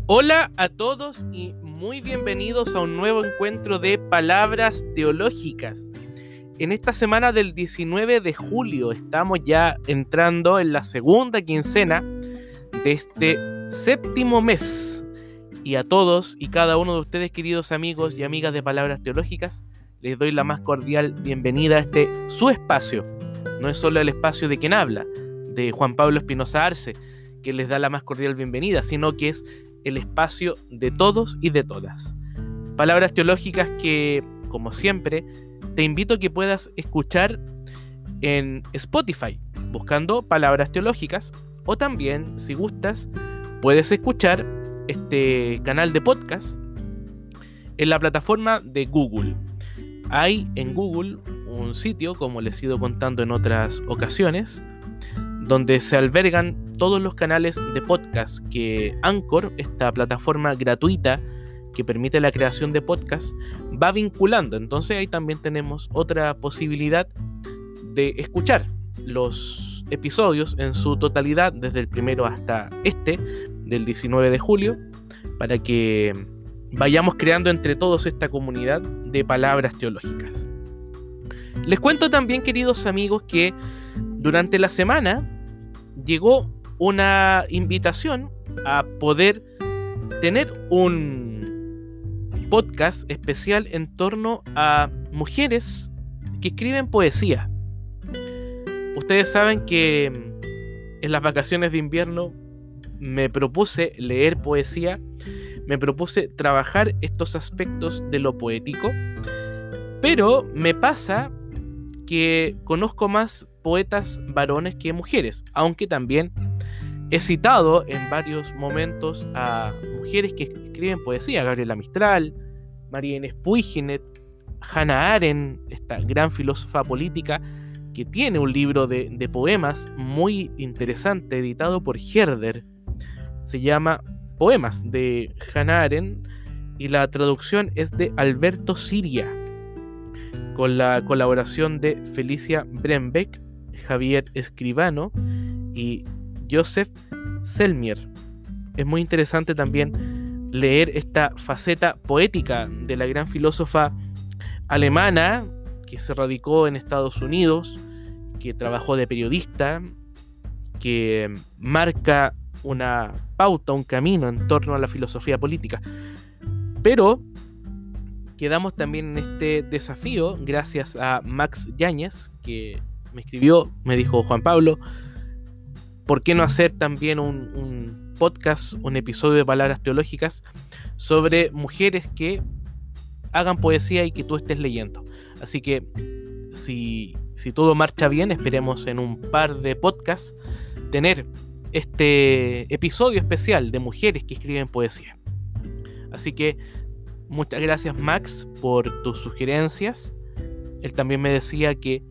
Hola a todos y muy bienvenidos a un nuevo encuentro de Palabras Teológicas. En esta semana del 19 de julio estamos ya entrando en la segunda quincena de este séptimo mes. Y a todos y cada uno de ustedes, queridos amigos y amigas de Palabras Teológicas, les doy la más cordial bienvenida a este su espacio. No es solo el espacio de quien habla, de Juan Pablo Espinosa Arce, que les da la más cordial bienvenida, sino que es el espacio de todos y de todas. Palabras teológicas que, como siempre, te invito a que puedas escuchar en Spotify, buscando Palabras Teológicas, o también, si gustas, puedes escuchar este canal de podcast en la plataforma de Google. Hay en Google un sitio, como les he ido contando en otras ocasiones, donde se albergan todos los canales de podcast que Anchor, esta plataforma gratuita que permite la creación de podcast, va vinculando. Entonces ahí también tenemos otra posibilidad de escuchar los episodios en su totalidad, desde el primero hasta este, del 19 de julio, para que vayamos creando entre todos esta comunidad de palabras teológicas. Les cuento también, queridos amigos, que durante la semana llegó una invitación a poder tener un podcast especial en torno a mujeres que escriben poesía. Ustedes saben que en las vacaciones de invierno me propuse leer poesía, me propuse trabajar estos aspectos de lo poético, pero me pasa que conozco más poetas varones que mujeres, aunque también he citado en varios momentos a mujeres que escriben poesía: Gabriela Mistral, María Inés Puignet, Hannah Arendt, esta gran filósofa política que tiene un libro de poemas muy interesante editado por Herder. Se llama Poemas de Hannah Arendt y la traducción es de Alberto Siria, con la colaboración de Felicia Brembeck, Javier Escribano y Joseph Selmier. Es muy interesante también leer esta faceta poética de la gran filósofa alemana que se radicó en Estados Unidos, que trabajó de periodista, que marca una pauta, un camino en torno a la filosofía política. Pero quedamos también en este desafío gracias a Max Yáñez, que me escribió, me dijo: Juan Pablo, ¿por qué no hacer también un podcast, un episodio de Palabras Teológicas sobre mujeres que hagan poesía y que tú estés leyendo? Así que si todo marcha bien, esperemos en un par de podcasts tener este episodio especial de mujeres que escriben poesía. Así que muchas gracias, Max, por tus sugerencias. Él también me decía que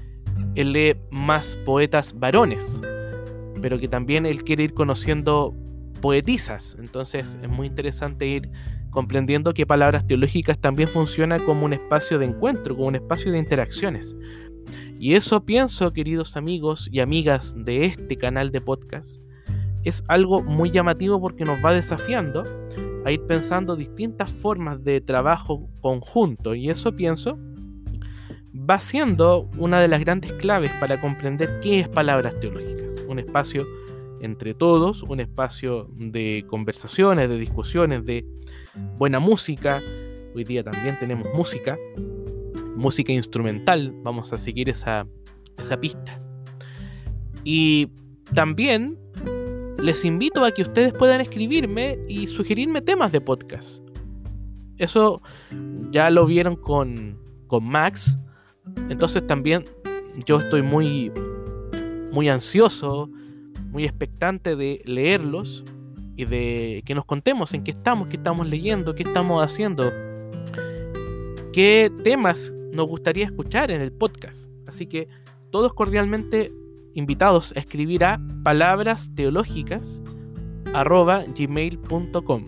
él lee más poetas varones, pero que también él quiere ir conociendo poetisas. Entonces es muy interesante ir comprendiendo que Palabras Teológicas también funciona como un espacio de encuentro, como un espacio de interacciones. Y eso, pienso, queridos amigos y amigas de este canal de podcast, es algo muy llamativo porque nos va desafiando a ir pensando distintas formas de trabajo conjunto, y eso, pienso, va siendo una de las grandes claves para comprender qué es Palabras Teológicas. Un espacio entre todos, un espacio de conversaciones, de discusiones, de buena música. Hoy día también tenemos música instrumental, vamos a seguir esa pista. Y también les invito a que ustedes puedan escribirme y sugerirme temas de podcast. Eso ya lo vieron con Max. Entonces también yo estoy muy ansioso, muy expectante de leerlos y de que nos contemos en qué estamos leyendo, qué estamos haciendo, qué temas nos gustaría escuchar en el podcast. Así que todos cordialmente invitados a escribir a palabrasteológicas@gmail.com,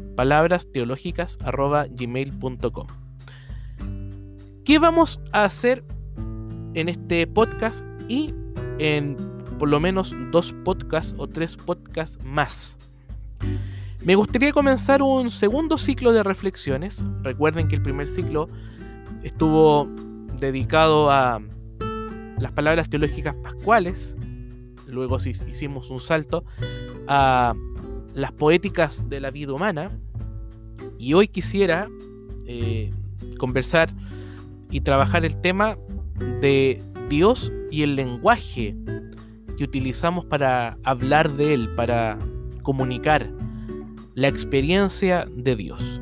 palabrasteológicas@gmail.com. ¿Qué vamos a hacer en este podcast y en por lo menos 2 podcasts o 3 podcasts más? Me gustaría comenzar un segundo ciclo de reflexiones. Recuerden que el primer ciclo estuvo dedicado a las palabras teológicas pascuales. Luego hicimos un salto a las poéticas de la vida humana. Y hoy quisiera conversar y trabajar el tema de Dios y el lenguaje que utilizamos para hablar de Él, para comunicar la experiencia de Dios.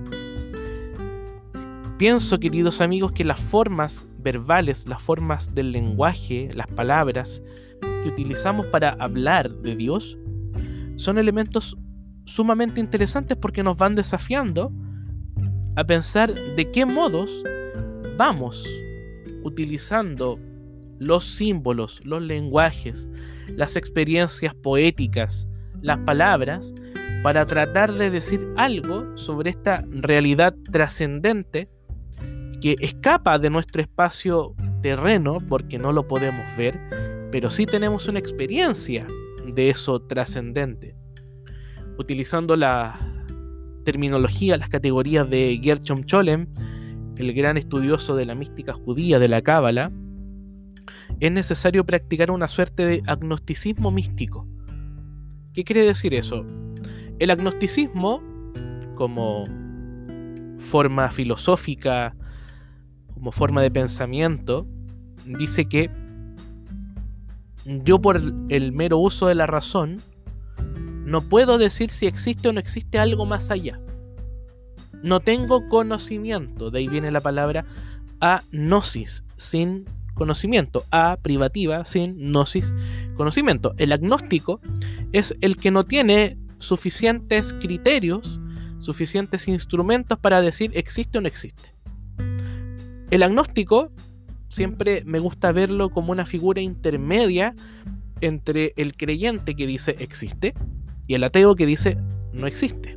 Pienso, queridos amigos, que las formas verbales, las formas del lenguaje, las palabras que utilizamos para hablar de Dios son elementos sumamente interesantes porque nos van desafiando a pensar de qué modos vamos utilizando los símbolos, los lenguajes, las experiencias poéticas, las palabras, para tratar de decir algo sobre esta realidad trascendente que escapa de nuestro espacio terreno porque no lo podemos ver, pero sí tenemos una experiencia de eso trascendente. Utilizando la terminología, las categorías de Gershom Scholem, el gran estudioso de la mística judía, de la Cábala, es necesario practicar una suerte de agnosticismo místico. ¿Qué quiere decir eso? El agnosticismo, como forma filosófica, como forma de pensamiento, dice que yo, por el mero uso de la razón, no puedo decir si existe o no existe algo más allá. No tengo conocimiento, de ahí viene la palabra agnosis, sin conocimiento, a privativa, sin gnosis, conocimiento. El agnóstico es el que no tiene suficientes criterios, suficientes instrumentos para decir existe o no existe. El agnóstico siempre me gusta verlo como una figura intermedia entre el creyente que dice existe y el ateo que dice no existe.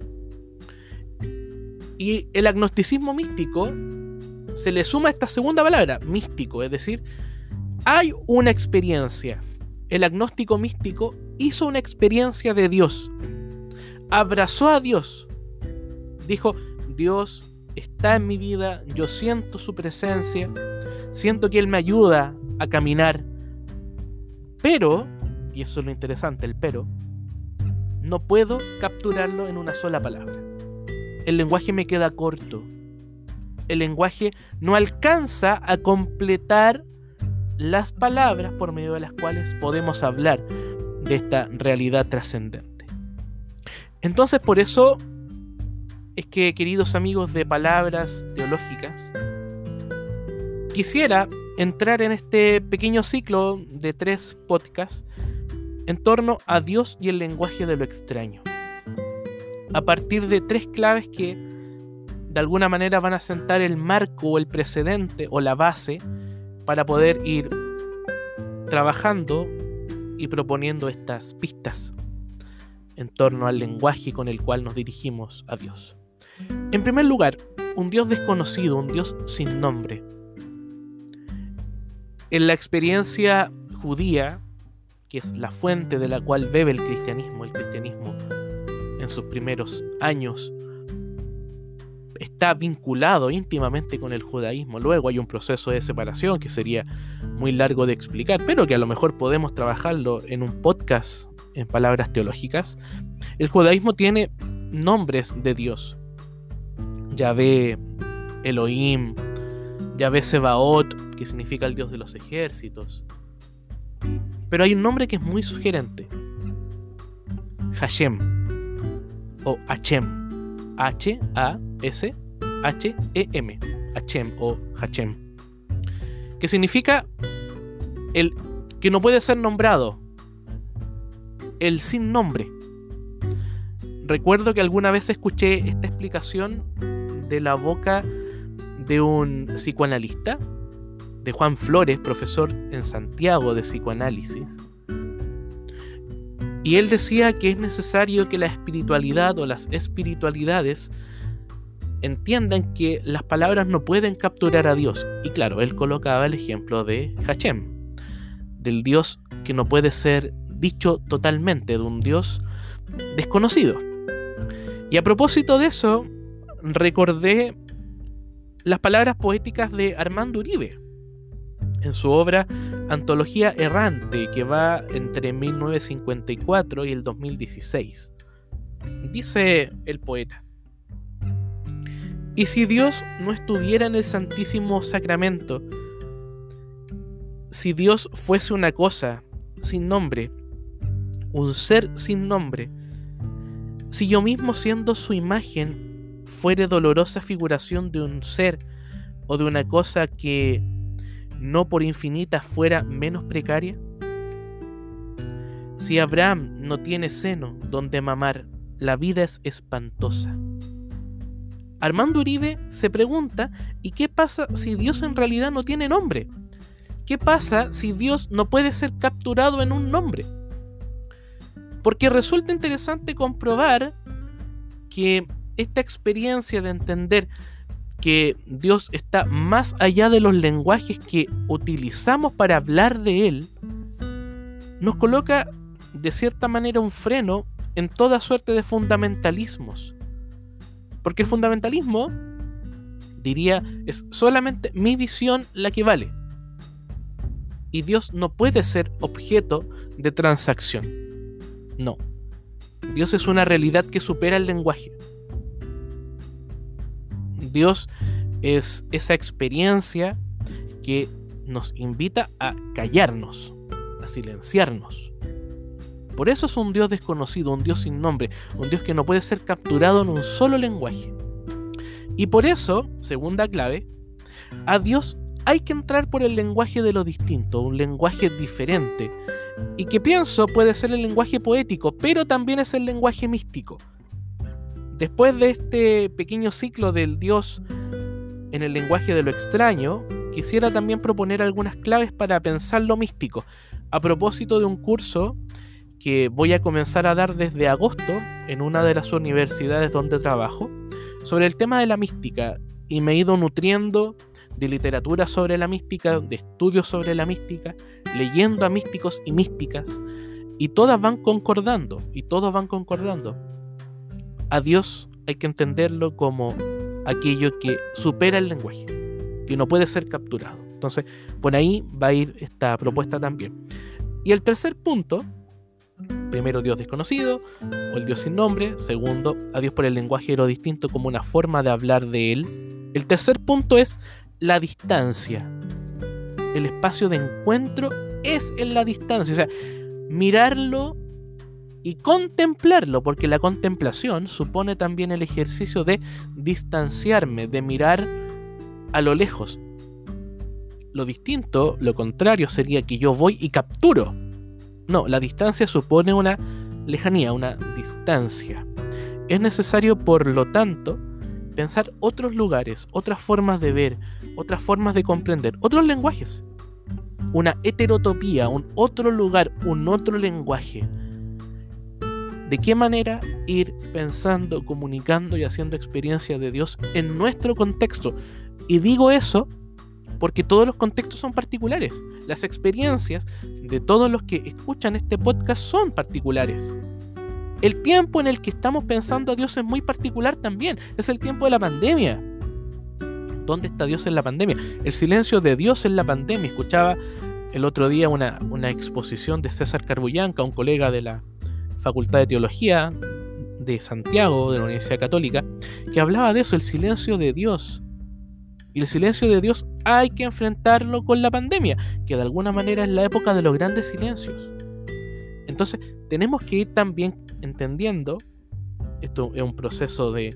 Y el agnosticismo místico se le suma esta segunda palabra, místico, es decir, hay una experiencia. El agnóstico místico hizo una experiencia de Dios, abrazó a Dios, dijo, Dios está en mi vida, yo siento su presencia, siento que Él me ayuda a caminar, pero, y eso es lo interesante, el pero, no puedo capturarlo en una sola palabra. El lenguaje me queda corto. El lenguaje no alcanza a completar las palabras por medio de las cuales podemos hablar de esta realidad trascendente. Entonces, por eso es que, queridos amigos de Palabras Teológicas, quisiera entrar en este pequeño ciclo de 3 podcasts en torno a Dios y el lenguaje de lo extraño, a partir de 3 claves que de alguna manera van a sentar el marco o el precedente o la base para poder ir trabajando y proponiendo estas pistas en torno al lenguaje con el cual nos dirigimos a Dios. En primer lugar, un Dios desconocido, un Dios sin nombre. En la experiencia judía, que es la fuente de la cual bebe el cristianismo en sus primeros años está vinculado íntimamente con el judaísmo. Luego hay un proceso de separación que sería muy largo de explicar, pero que a lo mejor podemos trabajarlo en un podcast en Palabras Teológicas. El judaísmo tiene nombres de Dios: Yahvé, Elohim, Yahvé Sebaot, que significa el Dios de los ejércitos. Pero hay un nombre que es muy sugerente: Hashem o Hachem, H-A-S-H-E-M, Hachem o Hachem, que significa el que no puede ser nombrado, el sin nombre. Recuerdo que alguna vez escuché esta explicación de la boca de un psicoanalista, de Juan Flores, profesor en Santiago de psicoanálisis, y él decía que es necesario que la espiritualidad o las espiritualidades entiendan que las palabras no pueden capturar a Dios. Y claro, él colocaba el ejemplo de Hashem, del Dios que no puede ser dicho totalmente, de un Dios desconocido. Y a propósito de eso, recordé las palabras poéticas de Armando Uribe en su obra Antología Errante, que va entre 1954 y el 2016. Dice el poeta: y si Dios no estuviera en el Santísimo Sacramento, si Dios fuese una cosa sin nombre, un ser sin nombre, si yo mismo siendo su imagen fuere dolorosa figuración de un ser o de una cosa que no por infinita fuera menos precaria, si Abraham no tiene seno donde mamar, la vida es espantosa. Armando Uribe se pregunta: ¿y qué pasa si Dios en realidad no tiene nombre? ¿Qué pasa si Dios no puede ser capturado en un nombre? Porque resulta interesante comprobar que esta experiencia de entender que Dios está más allá de los lenguajes que utilizamos para hablar de Él, nos coloca de cierta manera un freno en toda suerte de fundamentalismos. Porque el fundamentalismo, diría, es solamente mi visión la que vale. Y Dios no puede ser objeto de transacción. No. Dios es una realidad que supera el lenguaje. Dios es esa experiencia que nos invita a callarnos, a silenciarnos. Por eso es un Dios desconocido, un Dios sin nombre, un Dios que no puede ser capturado en un solo lenguaje. Y por eso, segunda clave, a Dios hay que entrar por el lenguaje de lo distinto, un lenguaje diferente, y que pienso puede ser el lenguaje poético, pero también es el lenguaje místico. Después de este pequeño ciclo del Dios en el lenguaje de lo extraño, quisiera también proponer algunas claves para pensar lo místico, a propósito de un curso que voy a comenzar a dar desde agosto en una de las universidades donde trabajo, sobre el tema de la mística, y me he ido nutriendo de literatura sobre la mística, de estudios sobre la mística, leyendo a místicos y místicas, y todas van concordando, y todos van concordando. A Dios hay que entenderlo como aquello que supera el lenguaje, que no puede ser capturado. Entonces, por ahí va a ir esta propuesta también. Y el tercer punto: primero, Dios desconocido o el Dios sin nombre. Segundo, a Dios por el lenguaje de lo distinto como una forma de hablar de Él. El tercer punto es la distancia. El espacio de encuentro es en la distancia. O sea, mirarlo y contemplarlo, porque la contemplación supone también el ejercicio de distanciarme, de mirar a lo lejos. Lo distinto, lo contrario, sería que yo voy y capturo. No, la distancia supone una lejanía, una distancia. Es necesario, por lo tanto, pensar otros lugares, otras formas de ver, otras formas de comprender, otros lenguajes. Una heterotopía, un otro lugar, un otro lenguaje. ¿De qué manera ir pensando, comunicando y haciendo experiencia de Dios en nuestro contexto? Y digo eso porque todos los contextos son particulares. Las experiencias de todos los que escuchan este podcast son particulares. El tiempo en el que estamos pensando a Dios es muy particular también. Es el tiempo de la pandemia. ¿Dónde está Dios en la pandemia? El silencio de Dios en la pandemia. Escuchaba el otro día una exposición de César Carbullanca, un colega de la Facultad de Teología de Santiago, de la Universidad Católica, que hablaba de eso, el silencio de Dios. Y el silencio de Dios hay que enfrentarlo con la pandemia, que de alguna manera es la época de los grandes silencios. Entonces, tenemos que ir también entendiendo, esto es un proceso de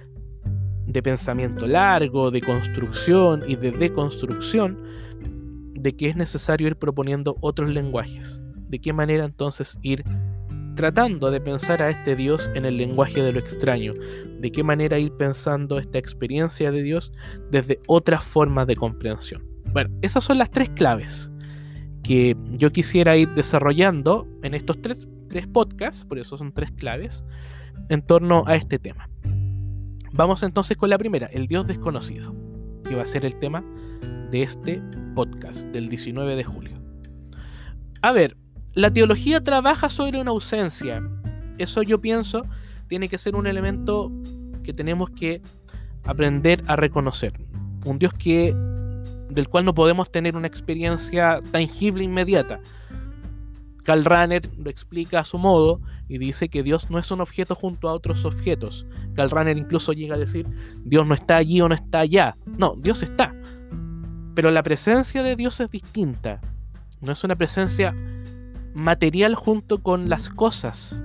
pensamiento largo, de construcción y de deconstrucción, de que es necesario ir proponiendo otros lenguajes. De qué manera entonces ir tratando de pensar a este Dios en el lenguaje de lo extraño. De qué manera ir pensando esta experiencia de Dios desde otras formas de comprensión. Bueno, esas son las tres claves que yo quisiera ir desarrollando en estos tres podcasts, por eso son tres claves, en torno a este tema. Vamos entonces con la primera, el Dios desconocido, que va a ser el tema de este podcast del 19 de julio. A ver, la teología trabaja sobre una ausencia. Eso yo pienso tiene que ser un elemento que tenemos que aprender a reconocer. Un Dios del cual no podemos tener una experiencia tangible inmediata. Karl Rahner lo explica a su modo y dice que Dios no es un objeto junto a otros objetos. Karl Rahner incluso llega a decir, Dios no está allí o no está allá. No, Dios está. Pero la presencia de Dios es distinta. No es una presencia material junto con las cosas.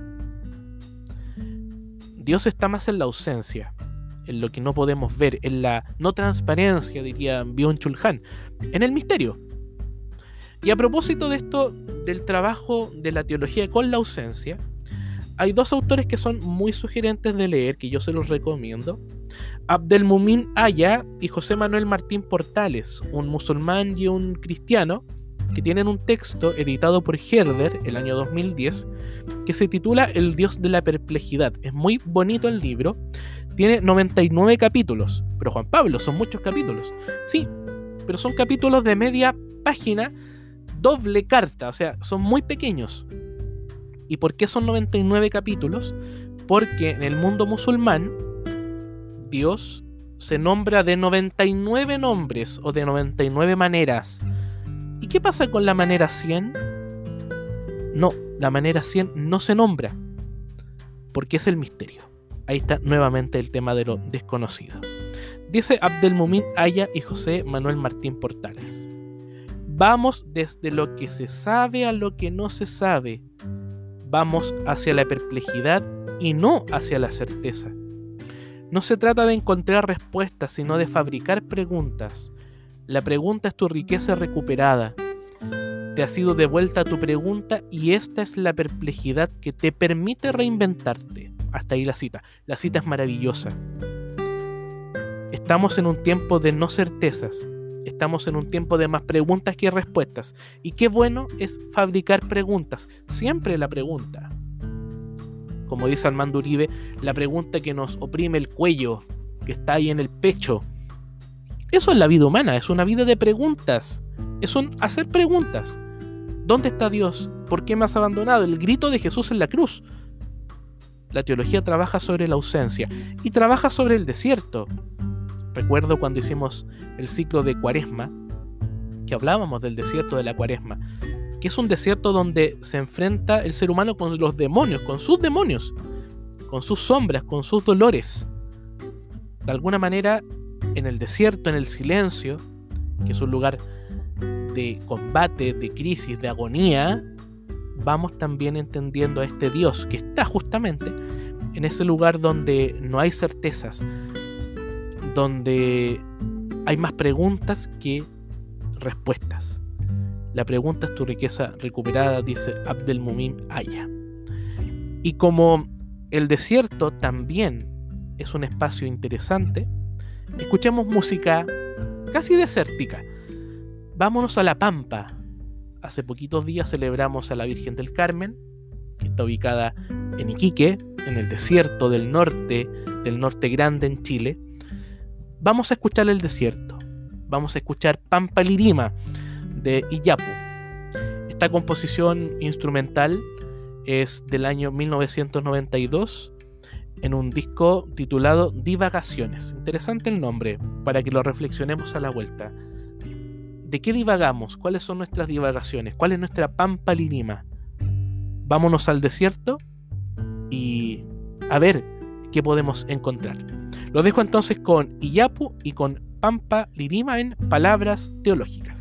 Dios está más en la ausencia, en lo que no podemos ver, en la no transparencia, diría Byung-Chul Han, en el misterio. Y a propósito de esto, del trabajo de la teología con la ausencia, hay dos autores que son muy sugerentes de leer, que yo se los recomiendo. Abdelmumin Aya y José Manuel Martín Portales, un musulmán y un cristiano, que tienen un texto editado por Herder el año 2010, que se titula El Dios de la Perplejidad. Es muy bonito el libro, tiene 99 capítulos, pero Juan Pablo, son muchos capítulos. Sí, pero son capítulos de media página, doble carta, o sea, son muy pequeños. ¿Y por qué son 99 capítulos? Porque en el mundo musulmán, Dios se nombra de 99 nombres o de 99 maneras. ¿Y qué pasa con la manera 100? No, la manera 100 no se nombra, porque es el misterio. Ahí está nuevamente el tema de lo desconocido. Dice Abdelmumin Aya y José Manuel Martín Portales: vamos desde lo que se sabe a lo que no se sabe. Vamos hacia la perplejidad y no hacia la certeza. No se trata de encontrar respuestas, sino de fabricar preguntas. La pregunta es tu riqueza recuperada. Te has ido de vuelta a tu pregunta y esta es la perplejidad que te permite reinventarte. Hasta ahí la cita. La cita es maravillosa. Estamos en un tiempo de no certezas. Estamos en un tiempo de más preguntas que respuestas. Y qué bueno es fabricar preguntas. Siempre la pregunta. Como dice Armando Uribe, la pregunta que nos oprime el cuello, que está ahí en el pecho. Eso es la vida humana, es una vida de preguntas. Es un hacer preguntas. ¿Dónde está Dios? ¿Por qué me has abandonado? El grito de Jesús en la cruz. La teología trabaja sobre la ausencia y trabaja sobre el desierto. Recuerdo cuando hicimos el ciclo de Cuaresma, que hablábamos del desierto de la Cuaresma, que es un desierto donde se enfrenta el ser humano con los demonios, con sus sombras, con sus dolores. De alguna manera, en el desierto, en el silencio, que es un lugar de combate, de crisis, de agonía, vamos también entendiendo a este Dios que está justamente en ese lugar donde no hay certezas, donde hay más preguntas que respuestas. La pregunta es tu riqueza recuperada, dice Abdelmumin Aya. Y como el desierto también es un espacio interesante, escuchemos música casi desértica. Vámonos a La Pampa. Hace poquitos días celebramos a la Virgen del Carmen, que está ubicada en Iquique, en el desierto del norte grande en Chile. Vamos a escuchar el desierto. Vamos a escuchar Pampa Lirima de Iyapu. Esta composición instrumental es del año 1992 en un disco titulado Divagaciones. Interesante el nombre, para que lo reflexionemos a la vuelta. ¿De qué divagamos? ¿Cuáles son nuestras divagaciones? ¿Cuál es nuestra Pampa Lirima? Vámonos al desierto y a ver qué podemos encontrar. Lo dejo entonces con Iyapu y con Pampa Lirima en Palabras Teológicas.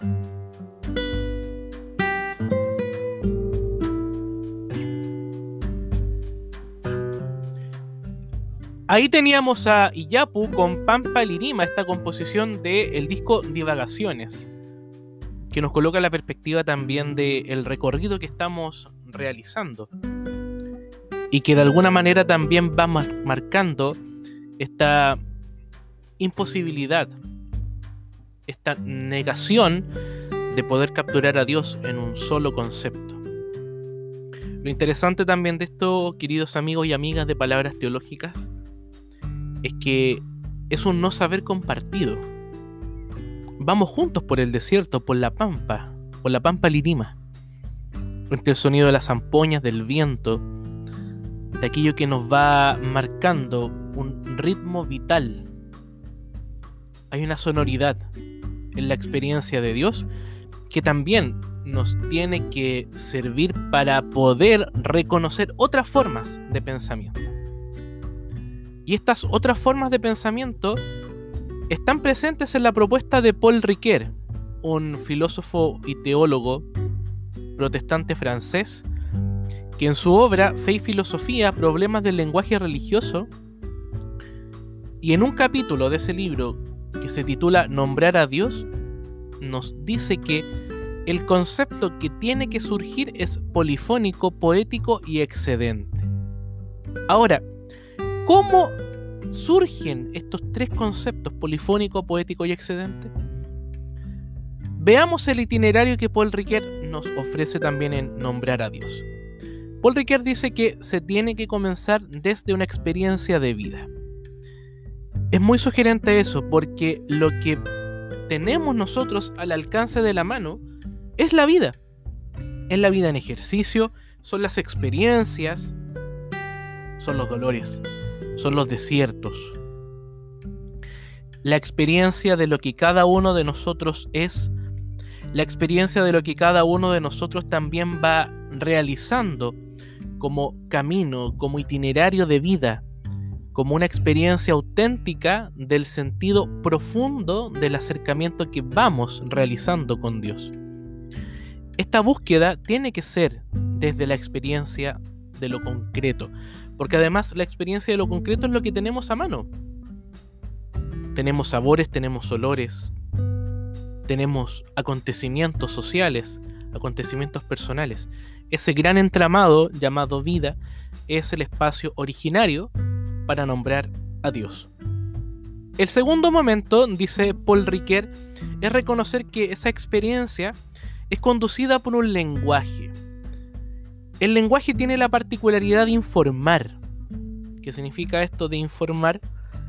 Ahí teníamos a Iyapu con Pampa Lirima, esta composición del disco Divagaciones, que nos coloca la perspectiva también del recorrido que estamos realizando y que de alguna manera también va marcando esta imposibilidad, esta negación de poder capturar a Dios en un solo concepto. Lo interesante también de esto, queridos amigos y amigas de Palabras Teológicas, es que es un no saber compartido. Vamos juntos por el desierto, por la pampa lirima, entre el sonido de las zampoñas, del viento, de aquello que nos va marcando un ritmo vital. Hay una sonoridad en la experiencia de Dios que también nos tiene que servir para poder reconocer otras formas de pensamiento. Y estas otras formas de pensamiento están presentes en la propuesta de Paul Ricoeur, un filósofo y teólogo protestante francés, que en su obra Fe y Filosofía, Problemas del lenguaje religioso, y en un capítulo de ese libro que se titula Nombrar a Dios, nos dice que el concepto que tiene que surgir es polifónico, poético y excedente. Ahora, ¿cómo surgen estos tres conceptos, polifónico, poético y excedente? Veamos el itinerario que Paul Ricoeur nos ofrece también en Nombrar a Dios. Paul Ricoeur dice que se tiene que comenzar desde una experiencia de vida. Es muy sugerente eso, porque lo que tenemos nosotros al alcance de la mano es la vida. Es la vida en ejercicio, son las experiencias, son los dolores, son los desiertos. La experiencia de lo que cada uno de nosotros es, la experiencia de lo que cada uno de nosotros también va realizando como camino, como itinerario de vida, como una experiencia auténtica del sentido profundo del acercamiento que vamos realizando con Dios. Esta búsqueda tiene que ser desde la experiencia de lo concreto, porque además la experiencia de lo concreto es lo que tenemos a mano. Tenemos sabores, tenemos olores, tenemos acontecimientos sociales, acontecimientos personales. Ese gran entramado llamado vida es el espacio originario para nombrar a Dios. El segundo momento, dice Paul Ricoeur, es reconocer que esa experiencia es conducida por un lenguaje. El lenguaje tiene la particularidad de informar. ¿Qué significa esto de informar?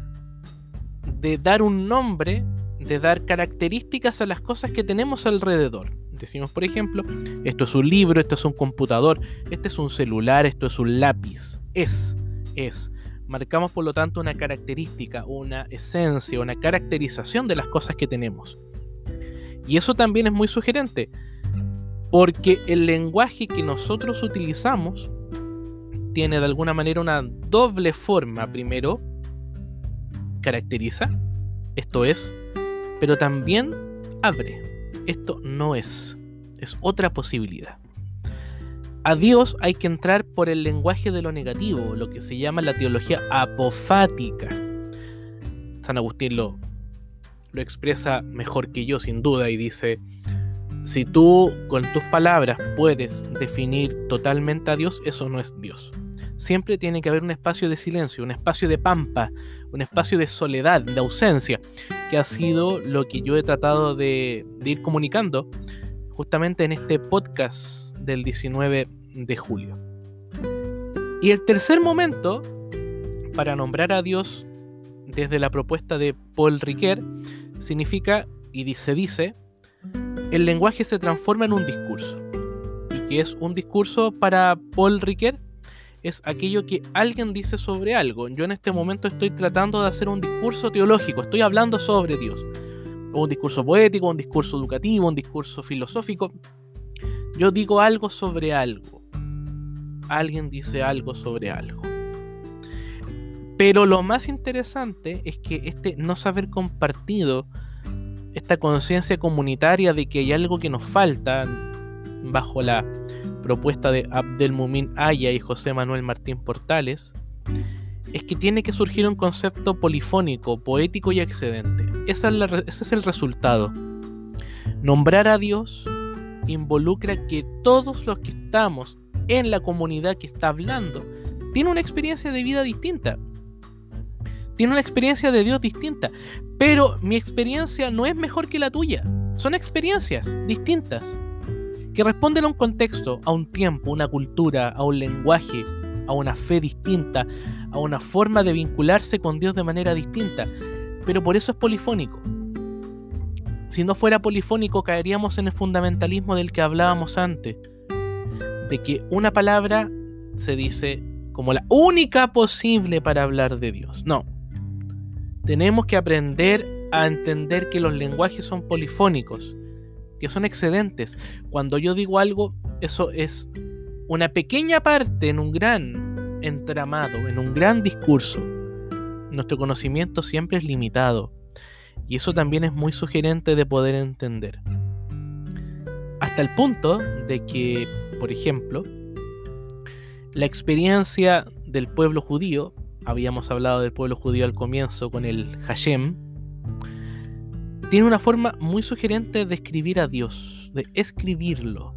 De dar un nombre, de dar características a las cosas que tenemos alrededor. Decimos, por ejemplo, esto es un libro, esto es un computador, este es un celular, esto es un lápiz. Es. Marcamos, por lo tanto, una característica, una esencia, una caracterización de las cosas que tenemos. Y eso también es muy sugerente, porque el lenguaje que nosotros utilizamos tiene de alguna manera una doble forma. Primero, caracteriza, esto es, pero también abre, esto no es otra posibilidad. A Dios hay que entrar por el lenguaje de lo negativo, lo que se llama la teología apofática. San Agustín lo expresa mejor que yo, sin duda, y dice: si tú con tus palabras puedes definir totalmente a Dios, eso no es Dios. Siempre tiene que haber un espacio de silencio, un espacio de pampa, un espacio de soledad, de ausencia, que ha sido lo que yo he tratado de ir comunicando justamente en este podcast del 19 de julio. Y el tercer momento para nombrar a Dios desde la propuesta de Paul Ricoeur significa, y se dice, el lenguaje se transforma en un discurso. ¿Y qué es un discurso para Paul Ricoeur? Es aquello que alguien dice sobre algo. Yo en este momento estoy tratando de hacer un discurso teológico, estoy hablando sobre Dios. O un discurso poético, un discurso educativo, un discurso filosófico. Yo digo algo sobre algo. Alguien dice algo sobre algo. Pero lo más interesante es que este no saber compartido esta conciencia comunitaria de que hay algo que nos falta bajo la propuesta de Abdelmumin Aya y José Manuel Martín Portales, es que tiene que surgir un concepto polifónico, poético y excedente. Ese es el resultado. Nombrar a Dios involucra que todos los que estamos en la comunidad que está hablando tienen una experiencia de vida distinta, tienen una experiencia de Dios distinta, pero mi experiencia no es mejor que la tuya. Son experiencias distintas que responden a un contexto, a un tiempo, a una cultura, a un lenguaje, a una fe distinta, a una forma de vincularse con Dios de manera distinta, pero por eso es polifónico. Si no fuera polifónico, caeríamos en el fundamentalismo del que hablábamos antes, de que una palabra se dice como la única posible para hablar de Dios. No. Tenemos que aprender a entender que los lenguajes son polifónicos, que son excedentes. Cuando yo digo algo, eso es una pequeña parte en un gran entramado, en un gran discurso. Nuestro conocimiento siempre es limitado, y eso también es muy sugerente de poder entender. Hasta el punto de que, por ejemplo, la experiencia del pueblo judío, habíamos hablado del pueblo judío al comienzo con el Hashem, tiene una forma muy sugerente de escribir a Dios, de escribirlo.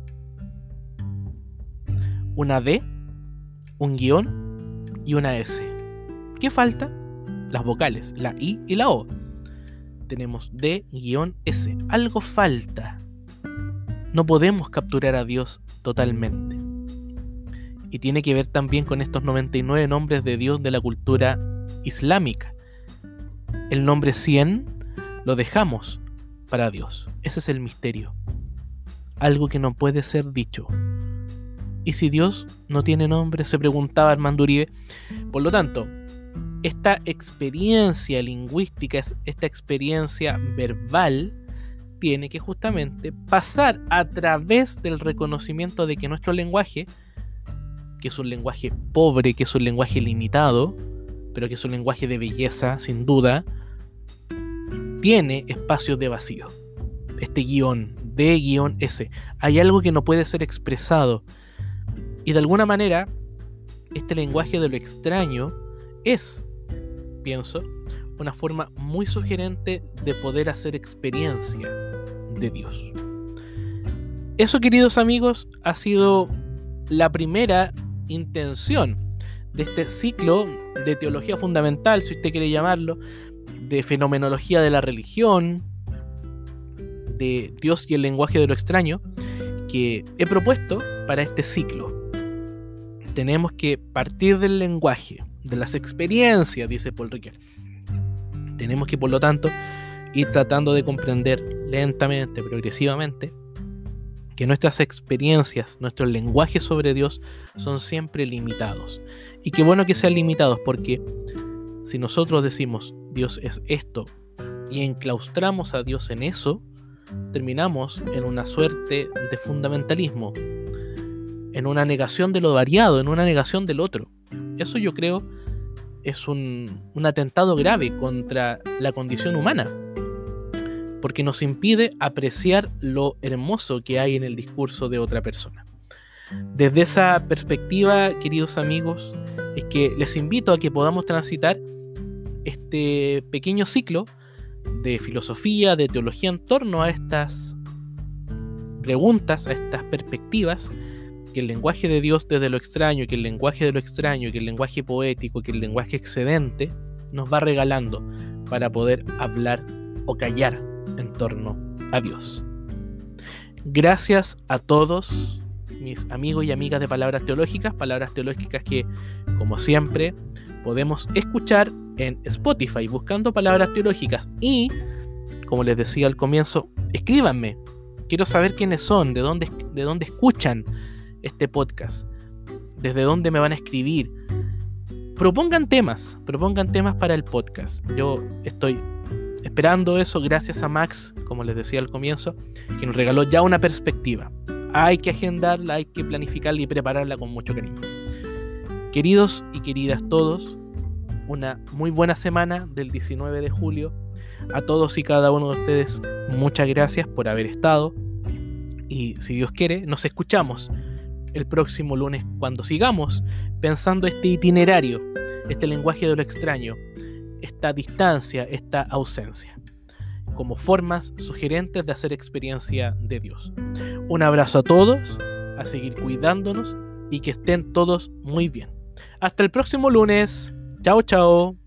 Una D, un guión y una S. ¿Qué falta? Las vocales, la I y la O. Tenemos D-S. Algo falta. No podemos capturar a Dios totalmente. Y tiene que ver también con estos 99 nombres de Dios de la cultura islámica. El nombre 100 lo dejamos para Dios. Ese es el misterio. Algo que no puede ser dicho. ¿Y si Dios no tiene nombre?, se preguntaba Armando Uribe. Por lo tanto, esta experiencia lingüística, esta experiencia verbal, tiene que justamente pasar a través del reconocimiento de que nuestro lenguaje, que es un lenguaje pobre, que es un lenguaje limitado, pero que es un lenguaje de belleza, sin duda, tiene espacios de vacío. Este guión, D-S. Hay algo que no puede ser expresado. Y de alguna manera, este lenguaje de lo extraño es, pienso, una forma muy sugerente de poder hacer experiencia de Dios. Eso, queridos amigos, ha sido la primera intención de este ciclo de teología fundamental, si usted quiere llamarlo, de fenomenología de la religión, de Dios y el lenguaje de lo extraño, que he propuesto para este ciclo. Tenemos que partir del lenguaje, de las experiencias, dice Paul Ricoeur. Tenemos que, por lo tanto, ir tratando de comprender lentamente, progresivamente, que nuestras experiencias, nuestros lenguajes sobre Dios son siempre limitados. Y qué bueno que sean limitados, porque si nosotros decimos Dios es esto y enclaustramos a Dios en eso, terminamos en una suerte de fundamentalismo, en una negación de lo variado, en una negación del otro. Eso, yo creo, es un atentado grave contra la condición humana, porque nos impide apreciar lo hermoso que hay en el discurso de otra persona. Desde esa perspectiva, queridos amigos, es que les invito a que podamos transitar este pequeño ciclo de filosofía, de teología en torno a estas preguntas, a estas perspectivas, que el lenguaje de Dios desde lo extraño, que el lenguaje de lo extraño, que el lenguaje poético, que el lenguaje excedente nos va regalando para poder hablar o callar en torno a Dios. Gracias a todos mis amigos y amigas de palabras teológicas que, como siempre, podemos escuchar en Spotify buscando palabras teológicas. Y, como les decía al comienzo, escríbanme. Quiero saber quiénes son, de dónde escuchan este podcast, desde dónde me van a escribir. Propongan temas para el podcast. Yo estoy esperando eso, gracias a Max, como les decía al comienzo, que nos regaló ya una perspectiva. Hay que agendarla, hay que planificarla y prepararla con mucho cariño. Queridos y queridas todos, una muy buena semana del 19 de julio. A todos y cada uno de ustedes, muchas gracias por haber estado. Y si Dios quiere, nos escuchamos el próximo lunes cuando sigamos pensando este itinerario, este lenguaje de lo extraño, esta distancia, esta ausencia, como formas sugerentes de hacer experiencia de Dios. Un abrazo a todos, a seguir cuidándonos y que estén todos muy bien. Hasta el próximo lunes. Chao, chao.